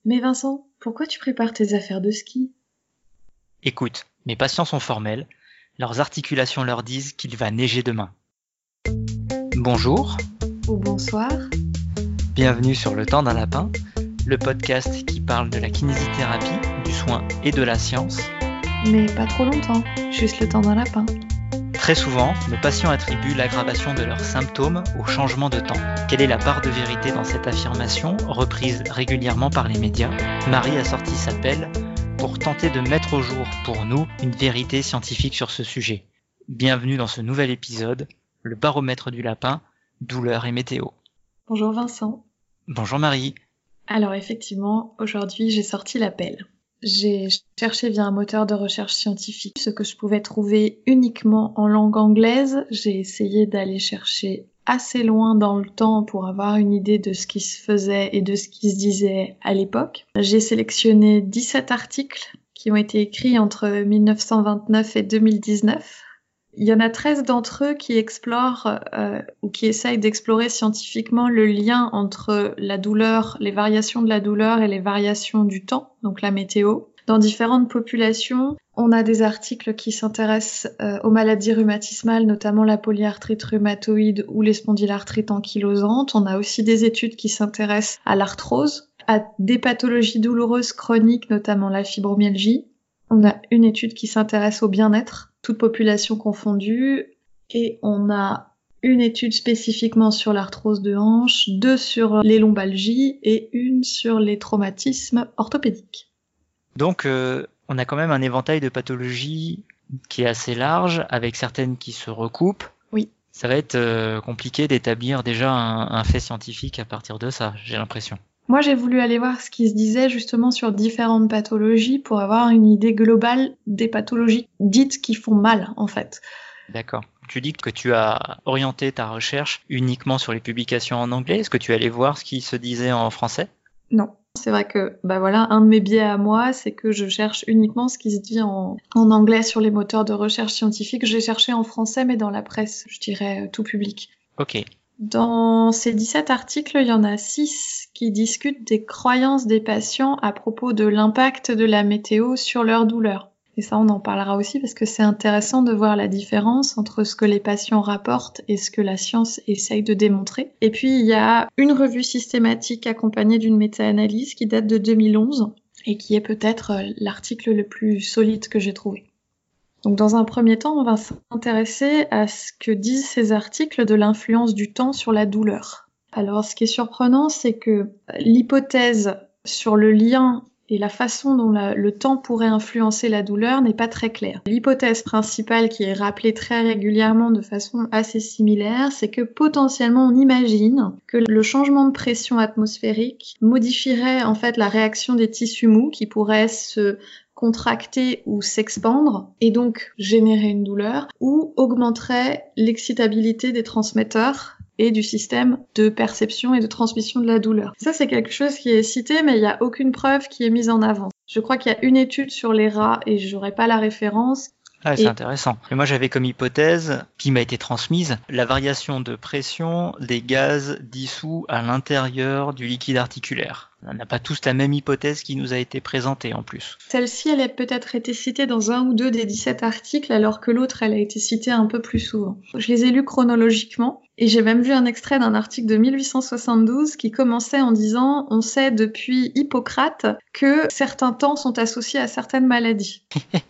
Mais Vincent, pourquoi tu prépares tes affaires de ski? Écoute, mes patients sont formels, leurs articulations leur disent qu'il va neiger demain. Bonjour, Ou bonsoir? bienvenue sur Le Temps d'un Lapin, le podcast qui parle de la kinésithérapie, du soin et de la science. Mais pas trop longtemps, juste le temps d'un lapin. Très souvent, nos patients attribuent l'aggravation de leurs symptômes au changement de temps. Quelle est la part de vérité dans cette affirmation, reprise régulièrement par les médias? Marie a sorti sa pelle pour tenter de mettre au jour pour nous une vérité scientifique sur ce sujet. Bienvenue dans ce nouvel épisode, le baromètre du lapin, douleur et météo. Bonjour Vincent. Bonjour Marie. Alors effectivement, aujourd'hui j'ai sorti la pelle. J'ai cherché via un moteur de recherche scientifique ce que je pouvais trouver uniquement en langue anglaise. J'ai essayé d'aller chercher assez loin dans le temps pour avoir une idée de ce qui se faisait et de ce qui se disait à l'époque. J'ai sélectionné 17 articles qui ont été écrits entre 1929 et 2019. Il y en a 13 d'entre eux qui explorent ou qui essayent d'explorer scientifiquement le lien entre la douleur, les variations de la douleur et les variations du temps, donc la météo. Dans différentes populations, on a des articles qui s'intéressent aux maladies rhumatismales, notamment la polyarthrite rhumatoïde ou les spondylarthrites ankylosantes. On a aussi des études qui s'intéressent à l'arthrose, à des pathologies douloureuses chroniques, notamment la fibromyalgie. On a une étude qui s'intéresse au bien-être, toute population confondue, et on a une étude spécifiquement sur l'arthrose de hanche, 2 sur les lombalgies et une sur les traumatismes orthopédiques. Donc, on a quand même un éventail de pathologies qui est assez large, avec certaines qui se recoupent. Oui. Ça va être compliqué d'établir déjà un fait scientifique à partir de ça, j'ai l'impression. Moi, j'ai voulu aller voir ce qui se disait justement sur différentes pathologies pour avoir une idée globale des pathologies dites qui font mal, en fait. D'accord. Tu dis que tu as orienté ta recherche uniquement sur les publications en anglais. Est-ce que tu allais voir ce qui se disait en français? Non. C'est vrai que, un de mes biais à moi, c'est que je cherche uniquement ce qui se dit en anglais sur les moteurs de recherche scientifique. J'ai cherché en français, mais dans la presse, je dirais tout public. Ok. Dans ces 17 articles, il y en a 6 qui discutent des croyances des patients à propos de l'impact de la météo sur leur douleur. Et ça, on en parlera aussi parce que c'est intéressant de voir la différence entre ce que les patients rapportent et ce que la science essaye de démontrer. Et puis, il y a une revue systématique accompagnée d'une méta-analyse qui date de 2011 et qui est peut-être l'article le plus solide que j'ai trouvé. Donc dans un premier temps, on va s'intéresser à ce que disent ces articles de l'influence du temps sur la douleur. Alors ce qui est surprenant, c'est que l'hypothèse sur le lien et la façon dont le temps pourrait influencer la douleur n'est pas très claire. L'hypothèse principale qui est rappelée très régulièrement de façon assez similaire, c'est que potentiellement on imagine que le changement de pression atmosphérique modifierait en fait la réaction des tissus mous qui pourraient se contracter ou s'expandre et donc générer une douleur, ou augmenterait l'excitabilité des transmetteurs et du système de perception et de transmission de la douleur. Ça, c'est quelque chose qui est cité, mais il n'y a aucune preuve qui est mise en avant. Je crois qu'il y a une étude sur les rats et j'aurais pas la référence. Ah, c'est intéressant. Et moi, j'avais comme hypothèse, qui m'a été transmise, la variation de pression des gaz dissous à l'intérieur du liquide articulaire. On n'a pas tous la même hypothèse qui nous a été présentée en plus. Celle-ci, elle a peut-être été citée dans un ou deux des 17 articles, alors que l'autre, elle a été citée un peu plus souvent. Je les ai lus chronologiquement, et j'ai même vu un extrait d'un article de 1872 qui commençait en disant « On sait depuis Hippocrate que certains temps sont associés à certaines maladies ».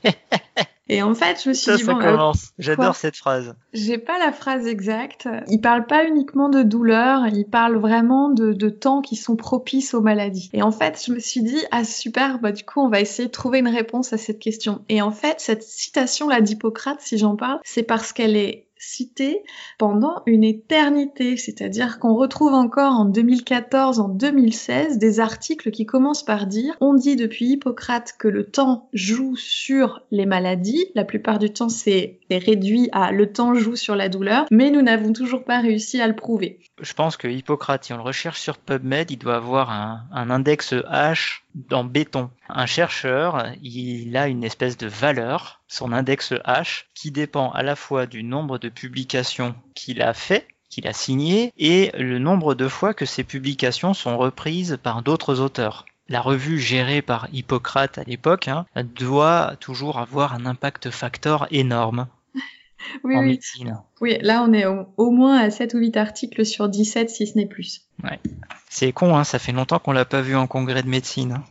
Et en fait, je me suis dit, ça commence. J'adore cette phrase. J'ai pas la phrase exacte. Il parle pas uniquement de douleur, il parle vraiment de temps qui sont propices aux maladies. Et en fait, je me suis dit, ah super, du coup, on va essayer de trouver une réponse à cette question. Et en fait, cette citation-là d'Hippocrate, si j'en parle, c'est parce qu'elle est citée pendant une éternité, c'est-à-dire qu'on retrouve encore en 2014, en 2016, des articles qui commencent par dire « On dit depuis Hippocrate que le temps joue sur les maladies, la plupart du temps c'est réduit à le temps joue sur la douleur, mais nous n'avons toujours pas réussi à le prouver. » Je pense que Hippocrate, si on le recherche sur PubMed, il doit avoir un index H en béton. Un chercheur, il a une espèce de valeur, son index H, qui dépend à la fois du nombre de publications qu'il a fait, qu'il a signées, et le nombre de fois que ces publications sont reprises par d'autres auteurs. la revue gérée par Hippocrate à l'époque doit toujours avoir un impact factor énorme en médecine. Oui, là on est au moins à 7 ou 8 articles sur 17 si ce n'est plus. Ouais. C'est con, ça fait longtemps qu'on l'a pas vu en congrès de médecine.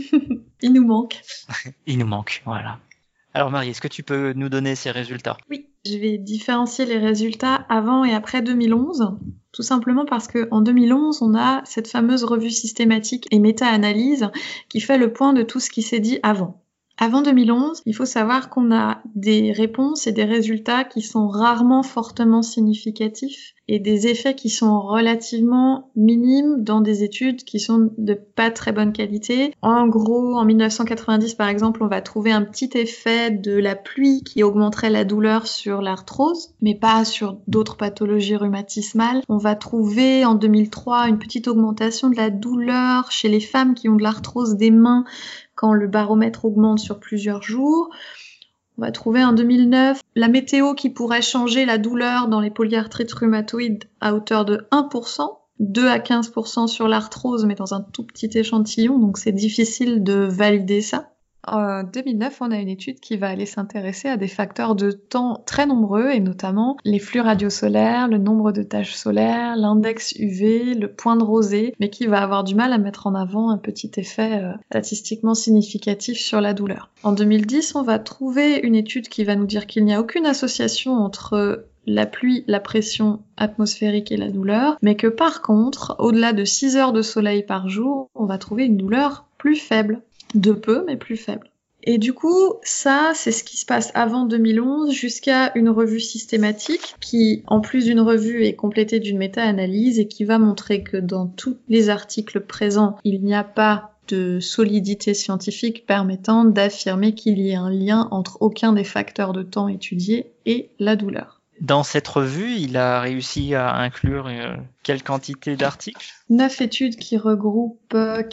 Il nous manque. Il nous manque, voilà. Alors Marie, est-ce que tu peux nous donner ces résultats ? Oui, je vais différencier les résultats avant et après 2011, tout simplement parce que en 2011, on a cette fameuse revue systématique et méta-analyse qui fait le point de tout ce qui s'est dit avant. Avant 2011, il faut savoir qu'on a des réponses et des résultats qui sont rarement fortement significatifs et des effets qui sont relativement minimes dans des études qui sont de pas très bonne qualité. En gros, en 1990, par exemple, on va trouver un petit effet de la pluie qui augmenterait la douleur sur l'arthrose, mais pas sur d'autres pathologies rhumatismales. On va trouver en 2003 une petite augmentation de la douleur chez les femmes qui ont de l'arthrose des mains quand le baromètre augmente sur plusieurs jours. On va trouver en 2009 la météo qui pourrait changer la douleur dans les polyarthrites rhumatoïdes à hauteur de 1%, 2 à 15% sur l'arthrose, mais dans un tout petit échantillon, donc c'est difficile de valider ça. En 2009, on a une étude qui va aller s'intéresser à des facteurs de temps très nombreux, et notamment les flux radiosolaires, le nombre de taches solaires, l'index UV, le point de rosée, mais qui va avoir du mal à mettre en avant un petit effet statistiquement significatif sur la douleur. En 2010, on va trouver une étude qui va nous dire qu'il n'y a aucune association entre la pluie, la pression atmosphérique et la douleur, mais que par contre, au-delà de 6 heures de soleil par jour, on va trouver une douleur plus faible. De peu, mais plus faible. Et du coup, ça, c'est ce qui se passe avant 2011 jusqu'à une revue systématique qui, en plus d'une revue, est complétée d'une méta-analyse et qui va montrer que dans tous les articles présents, il n'y a pas de solidité scientifique permettant d'affirmer qu'il y ait un lien entre aucun des facteurs de temps étudiés et la douleur. Dans cette revue, il a réussi à inclure quelle quantité d'articles ? 9 études qui regroupent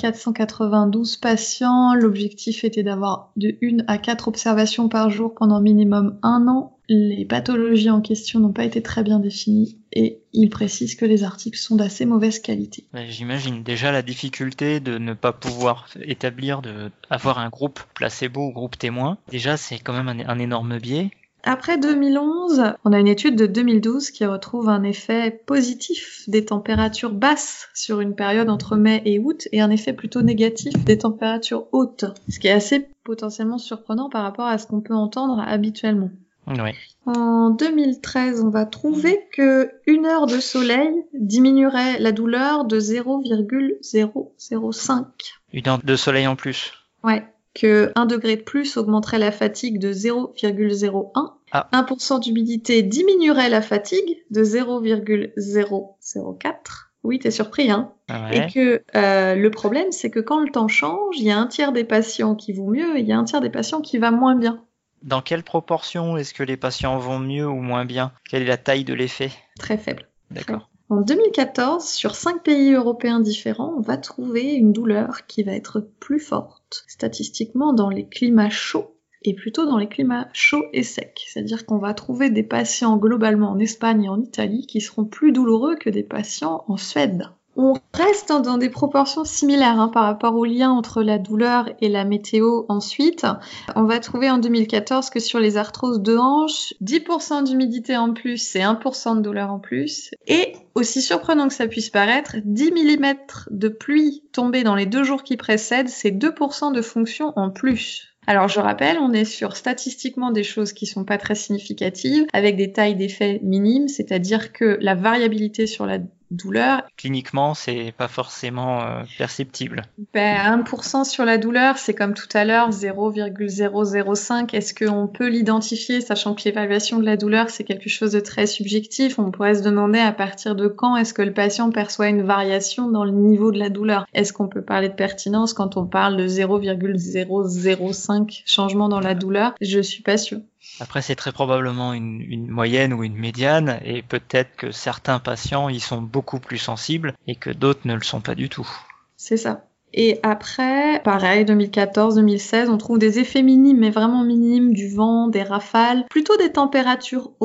492 patients. L'objectif était d'avoir de 1 à 4 observations par jour pendant minimum 1 an. Les pathologies en question n'ont pas été très bien définies et il précise que les articles sont d'assez mauvaise qualité. J'imagine déjà la difficulté de ne pas pouvoir établir, avoir un groupe placebo ou groupe témoin. Déjà, c'est quand même un énorme biais. Après 2011, on a une étude de 2012 qui retrouve un effet positif des températures basses sur une période entre mai et août et un effet plutôt négatif des températures hautes, ce qui est assez potentiellement surprenant par rapport à ce qu'on peut entendre habituellement. Oui. En 2013, on va trouver que 1 heure de soleil diminuerait la douleur de 0,005. 1 heure de soleil en plus. Ouais. Que 1 degré de plus augmenterait la fatigue de 0,01. 1% d'humidité diminuerait la fatigue de 0,004. Oui, t'es surpris, hein? Ouais. Et que le problème, c'est que quand le temps change, il y a un tiers des patients qui vont mieux et il y a un tiers des patients qui va moins bien. Dans quelle proportion est-ce que les patients vont mieux ou moins bien ? Quelle est la taille de l'effet ? Très faible. D'accord. En 2014, sur 5 pays européens différents, on va trouver une douleur qui va être plus forte, statistiquement dans les climats chauds, et plutôt dans les climats chauds et secs. C'est-à-dire qu'on va trouver des patients globalement en Espagne et en Italie qui seront plus douloureux que des patients en Suède. On reste dans des proportions similaires par rapport au lien entre la douleur et la météo ensuite. On va trouver en 2014 que sur les arthroses de hanche, 10% d'humidité en plus, c'est 1% de douleur en plus. Et, aussi surprenant que ça puisse paraître, 10 mm de pluie tombée dans les 2 jours qui précèdent, c'est 2% de fonction en plus. Alors je rappelle, on est sur statistiquement des choses qui sont pas très significatives, avec des tailles d'effets minimes, c'est-à-dire que la variabilité sur la douleur... Cliniquement, c'est pas forcément perceptible. 1% sur la douleur, c'est comme tout à l'heure, 0,005. Est-ce qu'on peut l'identifier, sachant que l'évaluation de la douleur, c'est quelque chose de très subjectif? On pourrait se demander à partir de quand est-ce que le patient perçoit une variation dans le niveau de la douleur? Est-ce qu'on peut parler de pertinence quand on parle de 0,005 changement dans la douleur? Je suis pas sûre. Après, c'est très probablement une moyenne ou une médiane, et peut-être que certains patients y sont beaucoup plus sensibles et que d'autres ne le sont pas du tout. C'est ça. Et après, pareil, 2014-2016, on trouve des effets minimes, mais vraiment minimes, du vent, des rafales, plutôt des températures hautes.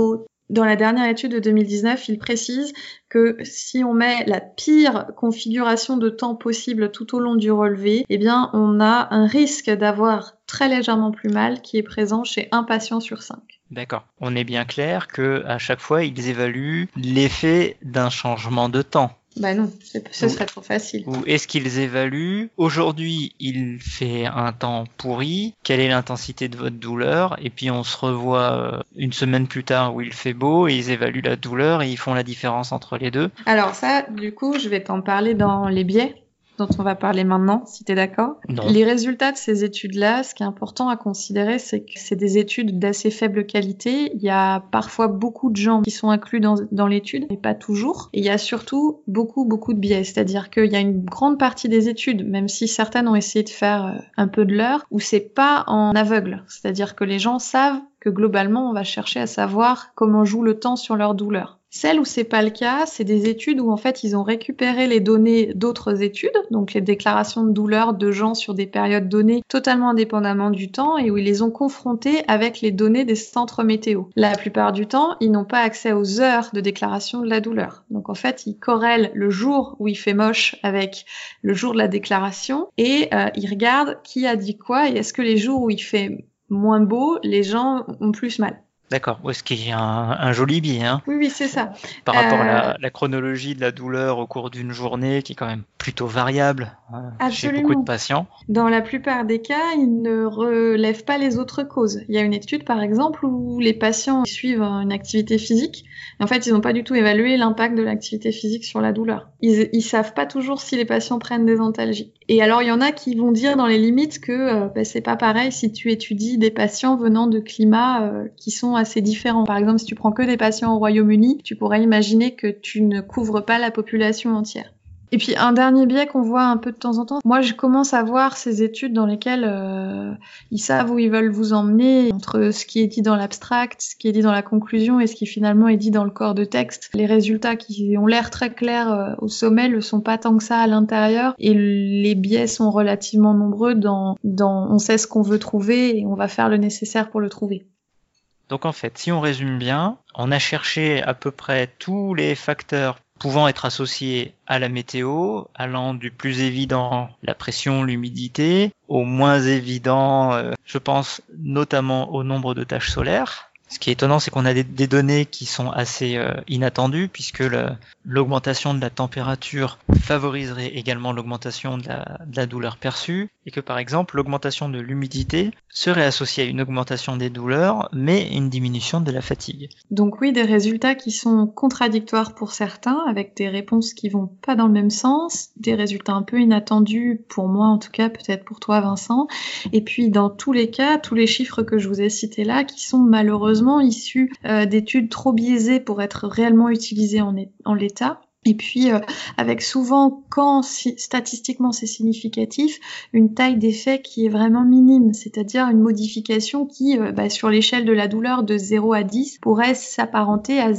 Dans la dernière étude de 2019, il précise que si on met la pire configuration de temps possible tout au long du relevé, eh bien, on a un risque d'avoir très légèrement plus mal qui est présent chez un patient sur 5. D'accord. On est bien clair que à chaque fois, ils évaluent l'effet d'un changement de temps. Bah non, ce serait trop facile. Ou est-ce qu'ils évaluent, aujourd'hui, il fait un temps pourri, quelle est l'intensité de votre douleur, et puis on se revoit une semaine plus tard où il fait beau, et ils évaluent la douleur, et ils font la différence entre les deux. Alors ça, du coup, je vais t'en parler dans les biais dont on va parler maintenant, si tu es d'accord. Non. Les résultats de ces études-là, ce qui est important à considérer, c'est que c'est des études d'assez faible qualité. Il y a parfois beaucoup de gens qui sont inclus dans l'étude, mais pas toujours. Et il y a surtout beaucoup de biais. C'est-à-dire qu'il y a une grande partie des études, même si certaines ont essayé de faire un peu de leur, où c'est pas en aveugle. C'est-à-dire que les gens savent que globalement, on va chercher à savoir comment joue le temps sur leur douleur. Celles où c'est pas le cas, c'est des études où en fait ils ont récupéré les données d'autres études, donc les déclarations de douleur de gens sur des périodes données totalement indépendamment du temps et où ils les ont confrontées avec les données des centres météo. La plupart du temps, ils n'ont pas accès aux heures de déclaration de la douleur. Donc en fait, ils corrèlent le jour où il fait moche avec le jour de la déclaration et ils regardent qui a dit quoi et est-ce que les jours où il fait moins beau, les gens ont plus mal. D'accord, ce qui est un joli biais, hein. Oui, c'est ça. Par rapport à la chronologie de la douleur au cours d'une journée, qui est quand même plutôt variable chez beaucoup de patients. Dans la plupart des cas, ils ne relèvent pas les autres causes. Il y a une étude, par exemple, où les patients suivent une activité physique. Et en fait, ils n'ont pas du tout évalué l'impact de l'activité physique sur la douleur. Ils savent pas toujours si les patients prennent des antalgiques. Et alors, il y en a qui vont dire dans les limites que c'est pas pareil si tu étudies des patients venant de climats qui sont assez différents. Par exemple, si tu prends que des patients au Royaume-Uni, tu pourrais imaginer que tu ne couvres pas la population entière. Et puis un dernier biais qu'on voit un peu de temps en temps, moi je commence à voir ces études dans lesquelles ils savent où ils veulent vous emmener, entre ce qui est dit dans l'abstract, ce qui est dit dans la conclusion et ce qui finalement est dit dans le corps de texte. Les résultats qui ont l'air très clairs au sommet le sont pas tant que ça à l'intérieur et les biais sont relativement nombreux dans on sait ce qu'on veut trouver et on va faire le nécessaire pour le trouver. Donc en fait, si on résume bien, on a cherché à peu près tous les facteurs pouvant être associés à la météo, allant du plus évident, la pression, l'humidité, au moins évident, je pense notamment au nombre de taches solaires. Ce qui est étonnant, c'est qu'on a des données qui sont assez inattendues, puisque l'augmentation de la température favoriserait également l'augmentation de la douleur perçue, et que par exemple, l'augmentation de l'humidité serait associée à une augmentation des douleurs, mais une diminution de la fatigue. Donc oui, des résultats qui sont contradictoires pour certains, avec des réponses qui vont pas dans le même sens, des résultats un peu inattendus, pour moi en tout cas, peut-être pour toi Vincent, et puis dans tous les cas, tous les chiffres que je vous ai cités là, qui sont malheureusement issus d'études trop biaisées pour être réellement utilisées en l'état. Et puis, avec souvent, quand statistiquement c'est significatif, une taille d'effet qui est vraiment minime, c'est-à-dire une modification qui, sur l'échelle de la douleur de 0 à 10, pourrait s'apparenter à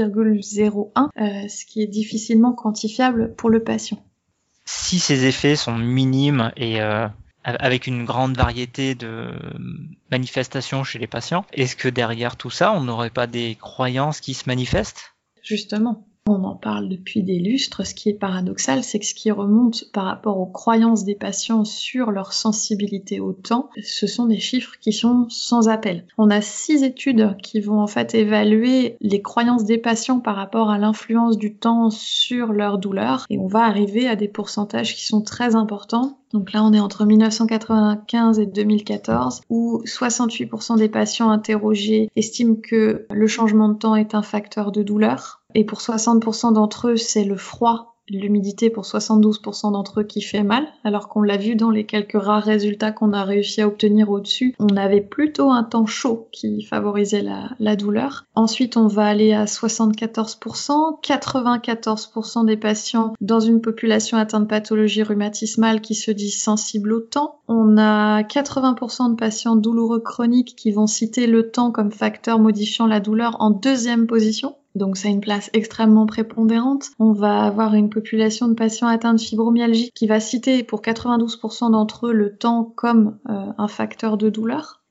0,01, ce qui est difficilement quantifiable pour le patient. Si ces effets sont minimes et avec une grande variété de manifestations chez les patients, est-ce que derrière tout ça, on n'aurait pas des croyances qui se manifestent ? Justement. On en parle depuis des lustres. Ce qui est paradoxal, c'est que ce qui remonte par rapport aux croyances des patients sur leur sensibilité au temps, ce sont des chiffres qui sont sans appel. On a 6 études qui vont en fait évaluer les croyances des patients par rapport à l'influence du temps sur leur douleur et on va arriver à des pourcentages qui sont très importants. Donc là, on est entre 1995 et 2014, où 68% des patients interrogés estiment que le changement de temps est un facteur de douleur. Et pour 60% d'entre eux, c'est le froid, l'humidité pour 72% d'entre eux qui fait mal, alors qu'on l'a vu dans les quelques rares résultats qu'on a réussi à obtenir au-dessus. On avait plutôt un temps chaud qui favorisait la douleur. Ensuite, on va aller à 74%, 94% des patients dans une population atteinte de pathologie rhumatismale qui se disent sensibles au temps. On a 80% de patients douloureux chroniques qui vont citer le temps comme facteur modifiant la douleur en deuxième position. Donc ça a une place extrêmement prépondérante. On va avoir une population de patients atteints de fibromyalgie qui va citer pour 92% d'entre eux le temps comme un facteur de douleur.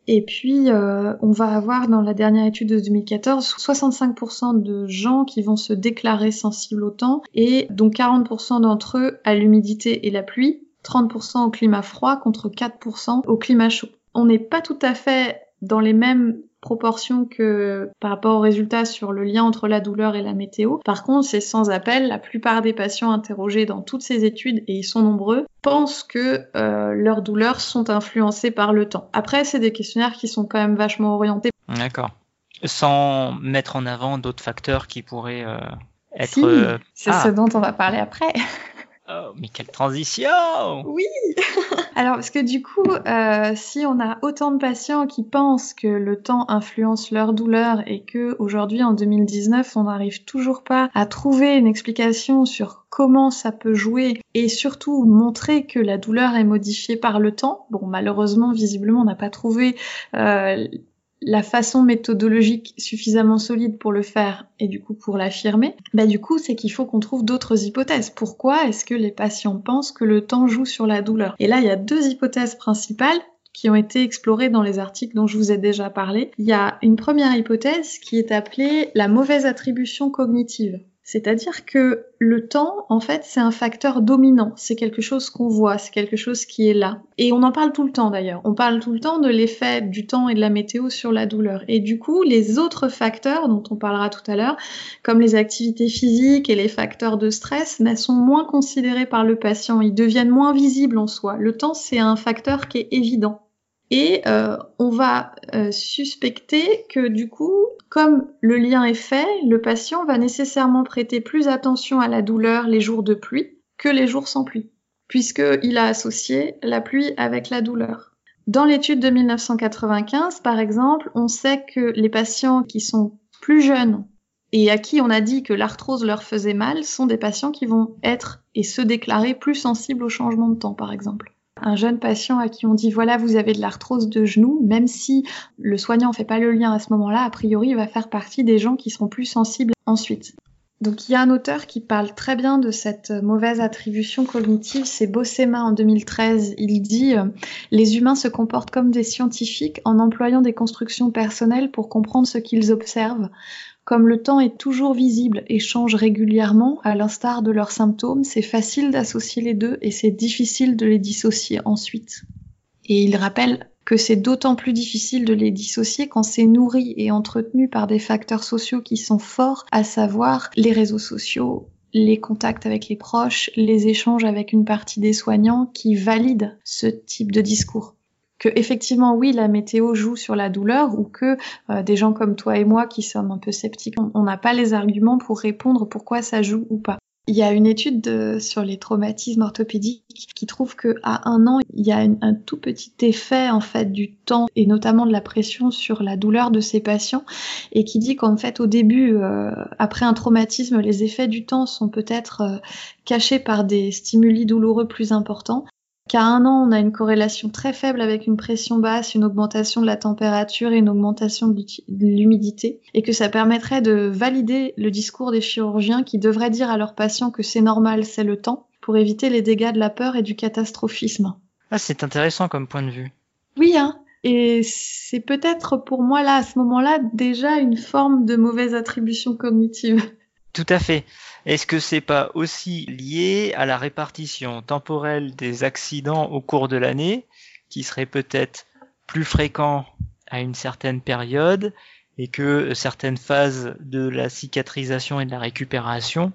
Et puis, on va avoir dans la dernière étude de 2014, 65% de gens qui vont se déclarer sensibles au temps, et donc 40% d'entre eux à l'humidité et la pluie, 30% au climat froid contre 4% au climat chaud. On n'est pas tout à fait dans les mêmes proportions que par rapport aux résultats sur le lien entre la douleur et la météo. Par contre, c'est sans appel, la plupart des patients interrogés dans toutes ces études, et ils sont nombreux, pensent que leurs douleurs sont influencées par le temps. Après, c'est des questionnaires qui sont quand même vachement orientés. D'accord. Sans mettre en avant d'autres facteurs qui pourraient être... Si, c'est ce dont on va parler après. Oh, mais quelle transition! Oui. Alors, parce que du coup, si on a autant de patients qui pensent que le temps influence leur douleur et que aujourd'hui, en 2019, on n'arrive toujours pas à trouver une explication sur comment ça peut jouer et surtout montrer que la douleur est modifiée par le temps. Bon, malheureusement, visiblement, on n'a pas trouvé la façon méthodologique suffisamment solide pour le faire et du coup pour l'affirmer, du coup c'est qu'il faut qu'on trouve d'autres hypothèses. Pourquoi est-ce que les patients pensent que le temps joue sur la douleur? Et là, il y a deux hypothèses principales qui ont été explorées dans les articles dont je vous ai déjà parlé. Il y a une première hypothèse qui est appelée la mauvaise attribution cognitive. C'est-à-dire que le temps, en fait, c'est un facteur dominant. C'est quelque chose qu'on voit, c'est quelque chose qui est là. Et on en parle tout le temps d'ailleurs. On parle tout le temps de l'effet du temps et de la météo sur la douleur. Et du coup, les autres facteurs dont on parlera tout à l'heure, comme les activités physiques et les facteurs de stress, sont moins considérés par le patient. Ils deviennent moins visibles en soi. Le temps, c'est un facteur qui est évident. Et on va suspecter que du coup, comme le lien est fait, le patient va nécessairement prêter plus attention à la douleur les jours de pluie que les jours sans pluie, puisqu'il a associé la pluie avec la douleur. Dans l'étude de 1995, par exemple, on sait que les patients qui sont plus jeunes et à qui on a dit que l'arthrose leur faisait mal sont des patients qui vont être et se déclarer plus sensibles au changement de temps, par exemple. Un jeune patient à qui on dit voilà, vous avez de l'arthrose de genou, même si le soignant ne fait pas le lien à ce moment-là, a priori il va faire partie des gens qui seront plus sensibles ensuite. Donc il y a un auteur qui parle très bien de cette mauvaise attribution cognitive, c'est Bossema en 2013. Il dit les humains se comportent comme des scientifiques en employant des constructions personnelles pour comprendre ce qu'ils observent. Comme le temps est toujours visible et change régulièrement, à l'instar de leurs symptômes, c'est facile d'associer les deux et c'est difficile de les dissocier ensuite. Et il rappelle que c'est d'autant plus difficile de les dissocier quand c'est nourri et entretenu par des facteurs sociaux qui sont forts, à savoir les réseaux sociaux, les contacts avec les proches, les échanges avec une partie des soignants qui valident ce type de discours. Que effectivement, oui, la météo joue sur la douleur ou que des gens comme toi et moi qui sommes un peu sceptiques, on n'a pas les arguments pour répondre pourquoi ça joue ou pas. Il y a une étude sur les traumatismes orthopédiques qui trouve qu'à 1 an, il y a un tout petit effet en fait du temps et notamment de la pression sur la douleur de ces patients et qui dit qu'en fait au début, après un traumatisme, les effets du temps sont peut-être cachés par des stimuli douloureux plus importants. Qu'à 1 an, on a une corrélation très faible avec une pression basse, une augmentation de la température et une augmentation de l'humidité, et que ça permettrait de valider le discours des chirurgiens qui devraient dire à leurs patients que c'est normal, c'est le temps, pour éviter les dégâts de la peur et du catastrophisme. Ah, c'est intéressant comme point de vue. Oui, et c'est peut-être pour moi là, à ce moment-là, déjà une forme de mauvaise attribution cognitive. Tout à fait. Est-ce que c'est pas aussi lié à la répartition temporelle des accidents au cours de l'année, qui serait peut-être plus fréquent à une certaine période, et que certaines phases de la cicatrisation et de la récupération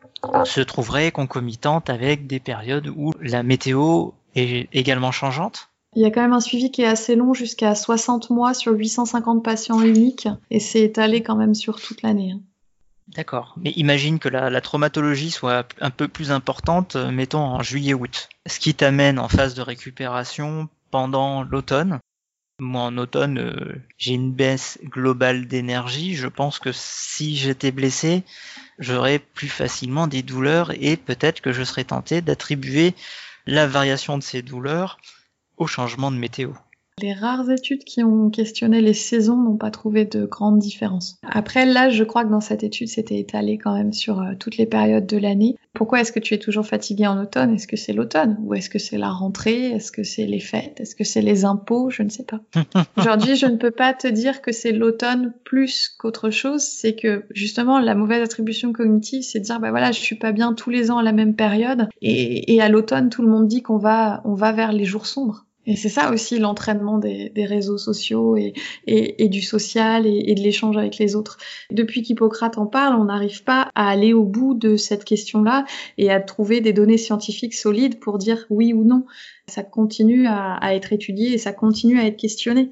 se trouveraient concomitantes avec des périodes où la météo est également changeante? Il y a quand même un suivi qui est assez long, jusqu'à 60 mois sur 850 patients uniques, et c'est étalé quand même sur toute l'année. D'accord. Mais imagine que la traumatologie soit un peu plus importante, mettons en juillet-août. Ce qui t'amène en phase de récupération pendant l'automne. Moi, en automne, j'ai une baisse globale d'énergie. Je pense que si j'étais blessé, j'aurais plus facilement des douleurs et peut-être que je serais tenté d'attribuer la variation de ces douleurs au changement de météo. Les rares études qui ont questionné les saisons n'ont pas trouvé de grandes différences. Après, là, je crois que dans cette étude, c'était étalé quand même sur toutes les périodes de l'année. Pourquoi est-ce que tu es toujours fatigué en automne? Est-ce que c'est l'automne? Ou est-ce que c'est la rentrée? Est-ce que c'est les fêtes? Est-ce que c'est les impôts? Je ne sais pas. Aujourd'hui, je ne peux pas te dire que c'est l'automne plus qu'autre chose. C'est que, justement, la mauvaise attribution cognitive, c'est de dire, bah voilà, je suis pas bien tous les ans à la même période. Et à l'automne, tout le monde dit qu'on va vers les jours sombres. Et c'est ça aussi l'entraînement des réseaux sociaux et du social et de l'échange avec les autres. Depuis qu'Hippocrate en parle, on n'arrive pas à aller au bout de cette question-là et à trouver des données scientifiques solides pour dire oui ou non. Ça continue à être étudié et ça continue à être questionné.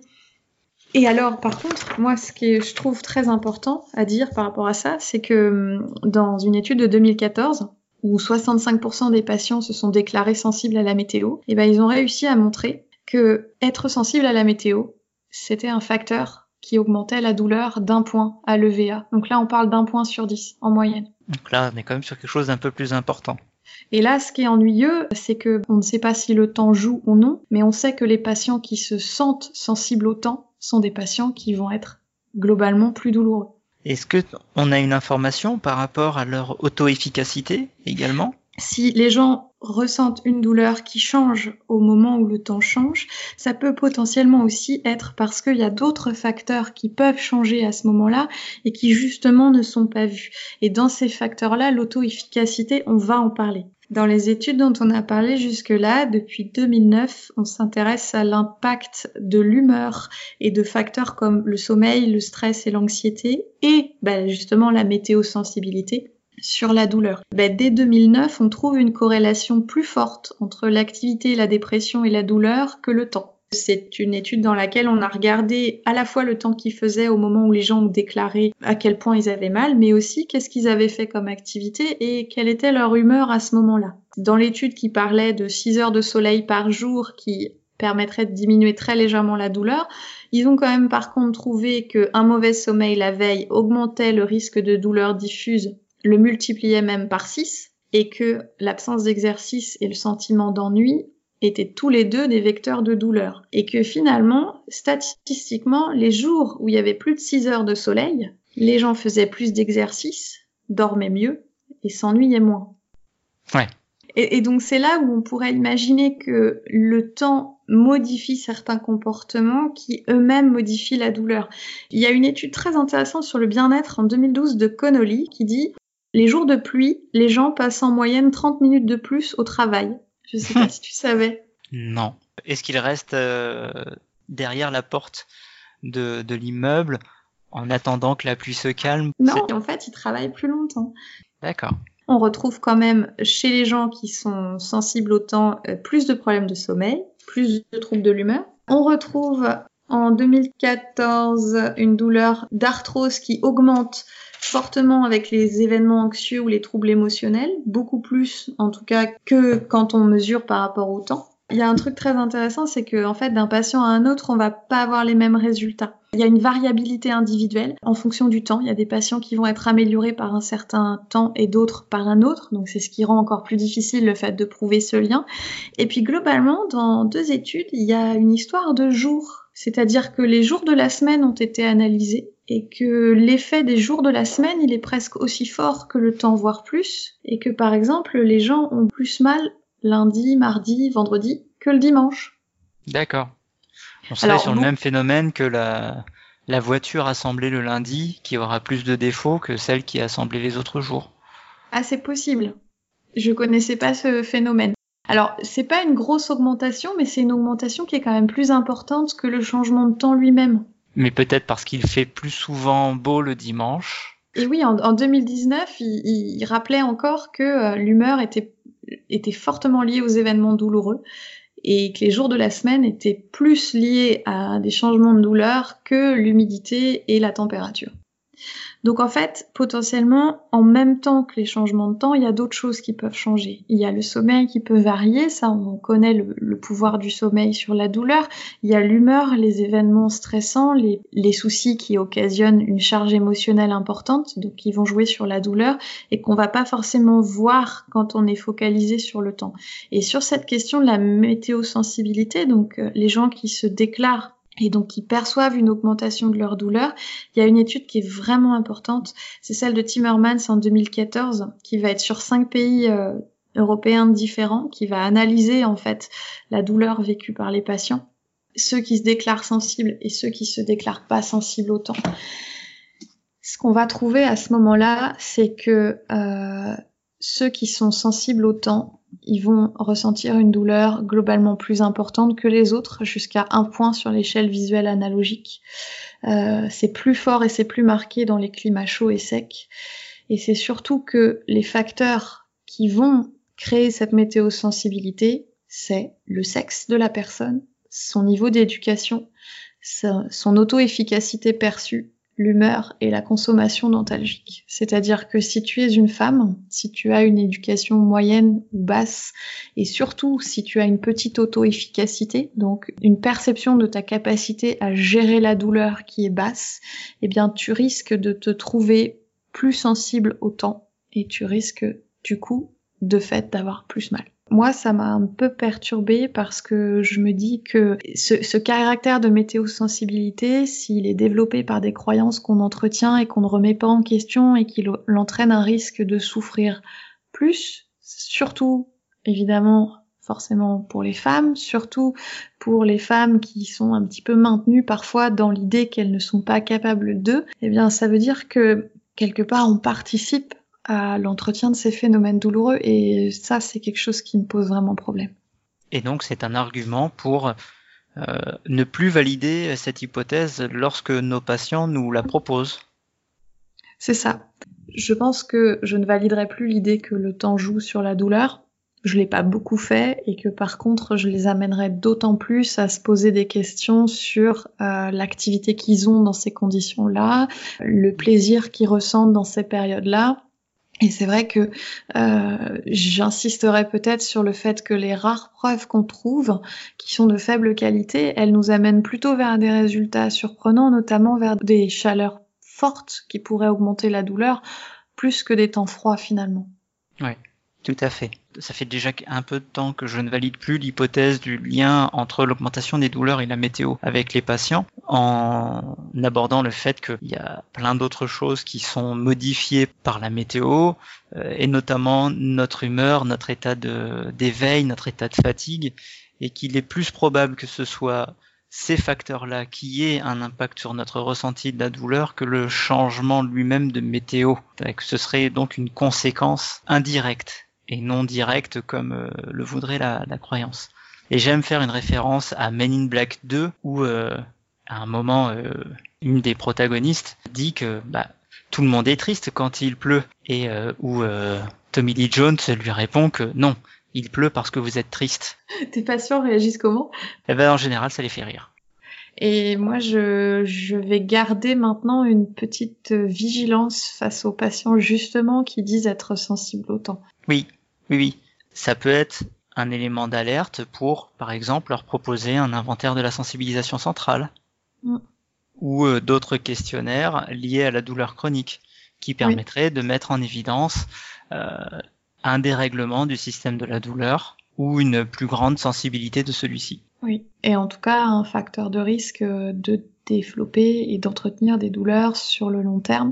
Et alors, par contre, moi, ce que je trouve très important à dire par rapport à ça, c'est que dans une étude de 2014, où 65% des patients se sont déclarés sensibles à la météo, et ben ils ont réussi à montrer que être sensible à la météo, c'était un facteur qui augmentait la douleur d'1 point à l'EVA. Donc là, on parle d'1 point sur 10 en moyenne. Donc là, on est quand même sur quelque chose d'un peu plus important. Et là, ce qui est ennuyeux, c'est que on ne sait pas si le temps joue ou non, mais on sait que les patients qui se sentent sensibles au temps sont des patients qui vont être globalement plus douloureux. Est-ce que on a une information par rapport à leur auto-efficacité également? Si les gens ressentent une douleur qui change au moment où le temps change, ça peut potentiellement aussi être parce qu'il y a d'autres facteurs qui peuvent changer à ce moment-là et qui justement ne sont pas vus. Et dans ces facteurs-là, l'auto-efficacité, on va en parler. Dans les études dont on a parlé jusque-là, depuis 2009, on s'intéresse à l'impact de l'humeur et de facteurs comme le sommeil, le stress et l'anxiété et justement la météosensibilité sur la douleur. Dès 2009, on trouve une corrélation plus forte entre l'activité, la dépression et la douleur que le temps. C'est une étude dans laquelle on a regardé à la fois le temps qu'ils faisaient au moment où les gens ont déclaré à quel point ils avaient mal, mais aussi qu'est-ce qu'ils avaient fait comme activité et quelle était leur humeur à ce moment-là. Dans l'étude qui parlait de 6 heures de soleil par jour qui permettrait de diminuer très légèrement la douleur, ils ont quand même par contre trouvé qu'un mauvais sommeil la veille augmentait le risque de douleur diffuse, le multipliait même par 6, et que l'absence d'exercice et le sentiment d'ennui étaient tous les deux des vecteurs de douleur. Et que finalement, statistiquement, les jours où il y avait plus de 6 heures de soleil, les gens faisaient plus d'exercice, dormaient mieux et s'ennuyaient moins. Ouais. Et donc c'est là où on pourrait imaginer que le temps modifie certains comportements qui eux-mêmes modifient la douleur. Il y a une étude très intéressante sur le bien-être en 2012 de Connolly qui dit « Les jours de pluie, les gens passent en moyenne 30 minutes de plus au travail. » Je sais pas si tu savais. Non. Est-ce qu'il reste derrière la porte de l'immeuble en attendant que la pluie se calme? Non, en fait, ils travaillent plus longtemps. D'accord. On retrouve quand même chez les gens qui sont sensibles au temps plus de problèmes de sommeil, plus de troubles de l'humeur. On retrouve en 2014 une douleur d'arthrose qui augmente fortement avec les événements anxieux ou les troubles émotionnels, beaucoup plus en tout cas que quand on mesure par rapport au temps. Il y a un truc très intéressant, c'est que en fait, d'un patient à un autre, on va pas avoir les mêmes résultats. Il y a une variabilité individuelle en fonction du temps. Il y a des patients qui vont être améliorés par un certain temps et d'autres par un autre. Donc c'est ce qui rend encore plus difficile le fait de prouver ce lien. Et puis globalement, dans 2 études, il y a une histoire de jours. C'est-à-dire que les jours de la semaine ont été analysés et que l'effet des jours de la semaine, il est presque aussi fort que le temps, voire plus. Et que par exemple, les gens ont plus mal lundi, mardi, vendredi que le dimanche. D'accord. On serait sur le même phénomène que la voiture assemblée le lundi qui aura plus de défauts que celle qui est assemblée les autres jours. Ah, c'est possible. Je connaissais pas ce phénomène. Alors, c'est pas une grosse augmentation, mais c'est une augmentation qui est quand même plus importante que le changement de temps lui-même. Mais peut-être parce qu'il fait plus souvent beau le dimanche. Et oui, en 2019, il rappelait encore que l'humeur était fortement liée aux événements douloureux et que les jours de la semaine étaient plus liés à des changements de douleur que l'humidité et la température. Donc en fait, potentiellement, en même temps que les changements de temps, il y a d'autres choses qui peuvent changer. Il y a le sommeil qui peut varier, ça on connaît le pouvoir du sommeil sur la douleur. Il y a l'humeur, les événements stressants, les soucis qui occasionnent une charge émotionnelle importante, donc qui vont jouer sur la douleur et qu'on va pas forcément voir quand on est focalisé sur le temps. Et sur cette question de la météosensibilité, donc les gens qui se déclarent et donc qui perçoivent une augmentation de leur douleur, il y a une étude qui est vraiment importante, c'est celle de Timmermans en 2014, qui va être sur 5 pays européens différents, qui va analyser en fait la douleur vécue par les patients, ceux qui se déclarent sensibles et ceux qui se déclarent pas sensibles au temps. Ce qu'on va trouver à ce moment-là, c'est que ceux qui sont sensibles au temps, ils vont ressentir une douleur globalement plus importante que les autres, jusqu'à 1 point sur l'échelle visuelle analogique. C'est plus fort et c'est plus marqué dans les climats chauds et secs. Et c'est surtout que les facteurs qui vont créer cette météosensibilité, c'est le sexe de la personne, son niveau d'éducation, son auto-efficacité perçue, l'humeur et la consommation dentalgique. C'est-à-dire que si tu es une femme, si tu as une éducation moyenne ou basse, et surtout si tu as une petite auto-efficacité, donc une perception de ta capacité à gérer la douleur qui est basse, eh bien tu risques de te trouver plus sensible au temps et tu risques du coup de fait d'avoir plus mal. Moi, ça m'a un peu perturbée parce que je me dis que ce caractère de météosensibilité, s'il est développé par des croyances qu'on entretient et qu'on ne remet pas en question et qu'il entraîne un risque de souffrir plus, surtout, évidemment, forcément pour les femmes, surtout pour les femmes qui sont un petit peu maintenues parfois dans l'idée qu'elles ne sont pas capables d'eux, eh bien, ça veut dire que quelque part, on participe à l'entretien de ces phénomènes douloureux et ça c'est quelque chose qui me pose vraiment problème. Et donc c'est un argument pour ne plus valider cette hypothèse lorsque nos patients nous la proposent. C'est ça. Je pense que je ne validerai plus l'idée que le temps joue sur la douleur. Je l'ai pas beaucoup fait et que par contre je les amènerai d'autant plus à se poser des questions sur l'activité qu'ils ont dans ces conditions-là, le plaisir qu'ils ressentent dans ces périodes-là. Et c'est vrai que j'insisterai peut-être sur le fait que les rares preuves qu'on trouve, qui sont de faible qualité, elles nous amènent plutôt vers des résultats surprenants, notamment vers des chaleurs fortes qui pourraient augmenter la douleur, plus que des temps froids finalement. Oui, tout à fait. Ça fait déjà un peu de temps que je ne valide plus l'hypothèse du lien entre l'augmentation des douleurs et la météo avec les patients, en abordant le fait qu'il y a plein d'autres choses qui sont modifiées par la météo, et notamment notre humeur, notre état d'éveil, notre état de fatigue, et qu'il est plus probable que ce soit ces facteurs-là qui aient un impact sur notre ressenti de la douleur que le changement lui-même de météo. Que ce serait donc une conséquence indirecte et non directe comme le voudrait la croyance. Et j'aime faire une référence à Men in Black 2 où à un moment une des protagonistes dit que tout le monde est triste quand il pleut et où Tommy Lee Jones lui répond que non, il pleut parce que vous êtes triste. Tes patients réagissent comment ? En général, ça les fait rire. Et moi, je vais garder maintenant une petite vigilance face aux patients justement qui disent être sensibles au temps. Oui. Ça peut être un élément d'alerte pour, par exemple, leur proposer un inventaire de la sensibilisation centrale ou d'autres questionnaires liés à la douleur chronique qui permettraient de mettre en évidence un dérèglement du système de la douleur ou une plus grande sensibilité de celui-ci. Oui, et en tout cas un facteur de risque de développer et d'entretenir des douleurs sur le long terme,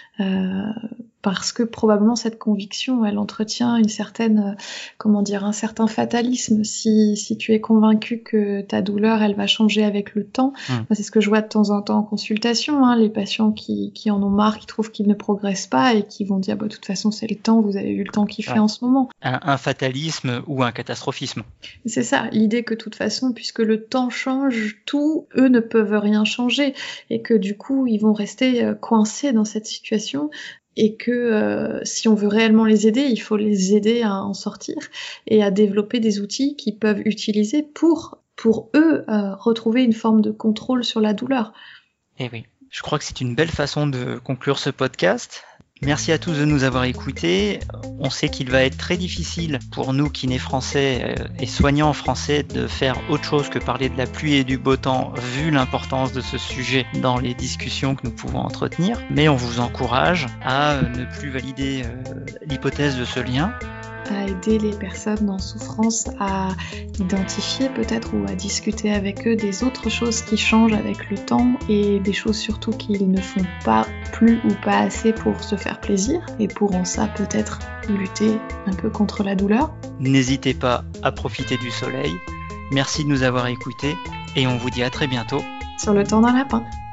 parce que probablement cette conviction, elle entretient une certaine, un certain fatalisme. Si tu es convaincu que ta douleur, elle va changer avec le temps, moi, c'est ce que je vois de temps en temps en consultation, les patients qui en ont marre, qui trouvent qu'ils ne progressent pas et qui vont dire, de toute façon, c'est le temps, vous avez vu le temps qu'il fait en ce moment. Un fatalisme ou un catastrophisme. C'est ça, l'idée que de toute façon, puisque le temps change tout, eux ne peuvent rien changer et que du coup, ils vont rester coincés dans cette situation. Et que si on veut réellement les aider, il faut les aider à en sortir et à développer des outils qu'ils peuvent utiliser pour eux retrouver une forme de contrôle sur la douleur. Eh oui. Je crois que c'est une belle façon de conclure ce podcast. Merci à tous de nous avoir écoutés. On sait qu'il va être très difficile pour nous, kinés français et soignants français, de faire autre chose que parler de la pluie et du beau temps, vu l'importance de ce sujet dans les discussions que nous pouvons entretenir. Mais on vous encourage à ne plus valider l'hypothèse de ce lien, à aider les personnes en souffrance à identifier peut-être ou à discuter avec eux des autres choses qui changent avec le temps et des choses surtout qu'ils ne font pas plus ou pas assez pour se faire plaisir et pour en ça peut-être lutter un peu contre la douleur. N'hésitez pas à profiter du soleil. Merci de nous avoir écoutés et on vous dit à très bientôt sur le temps d'un lapin.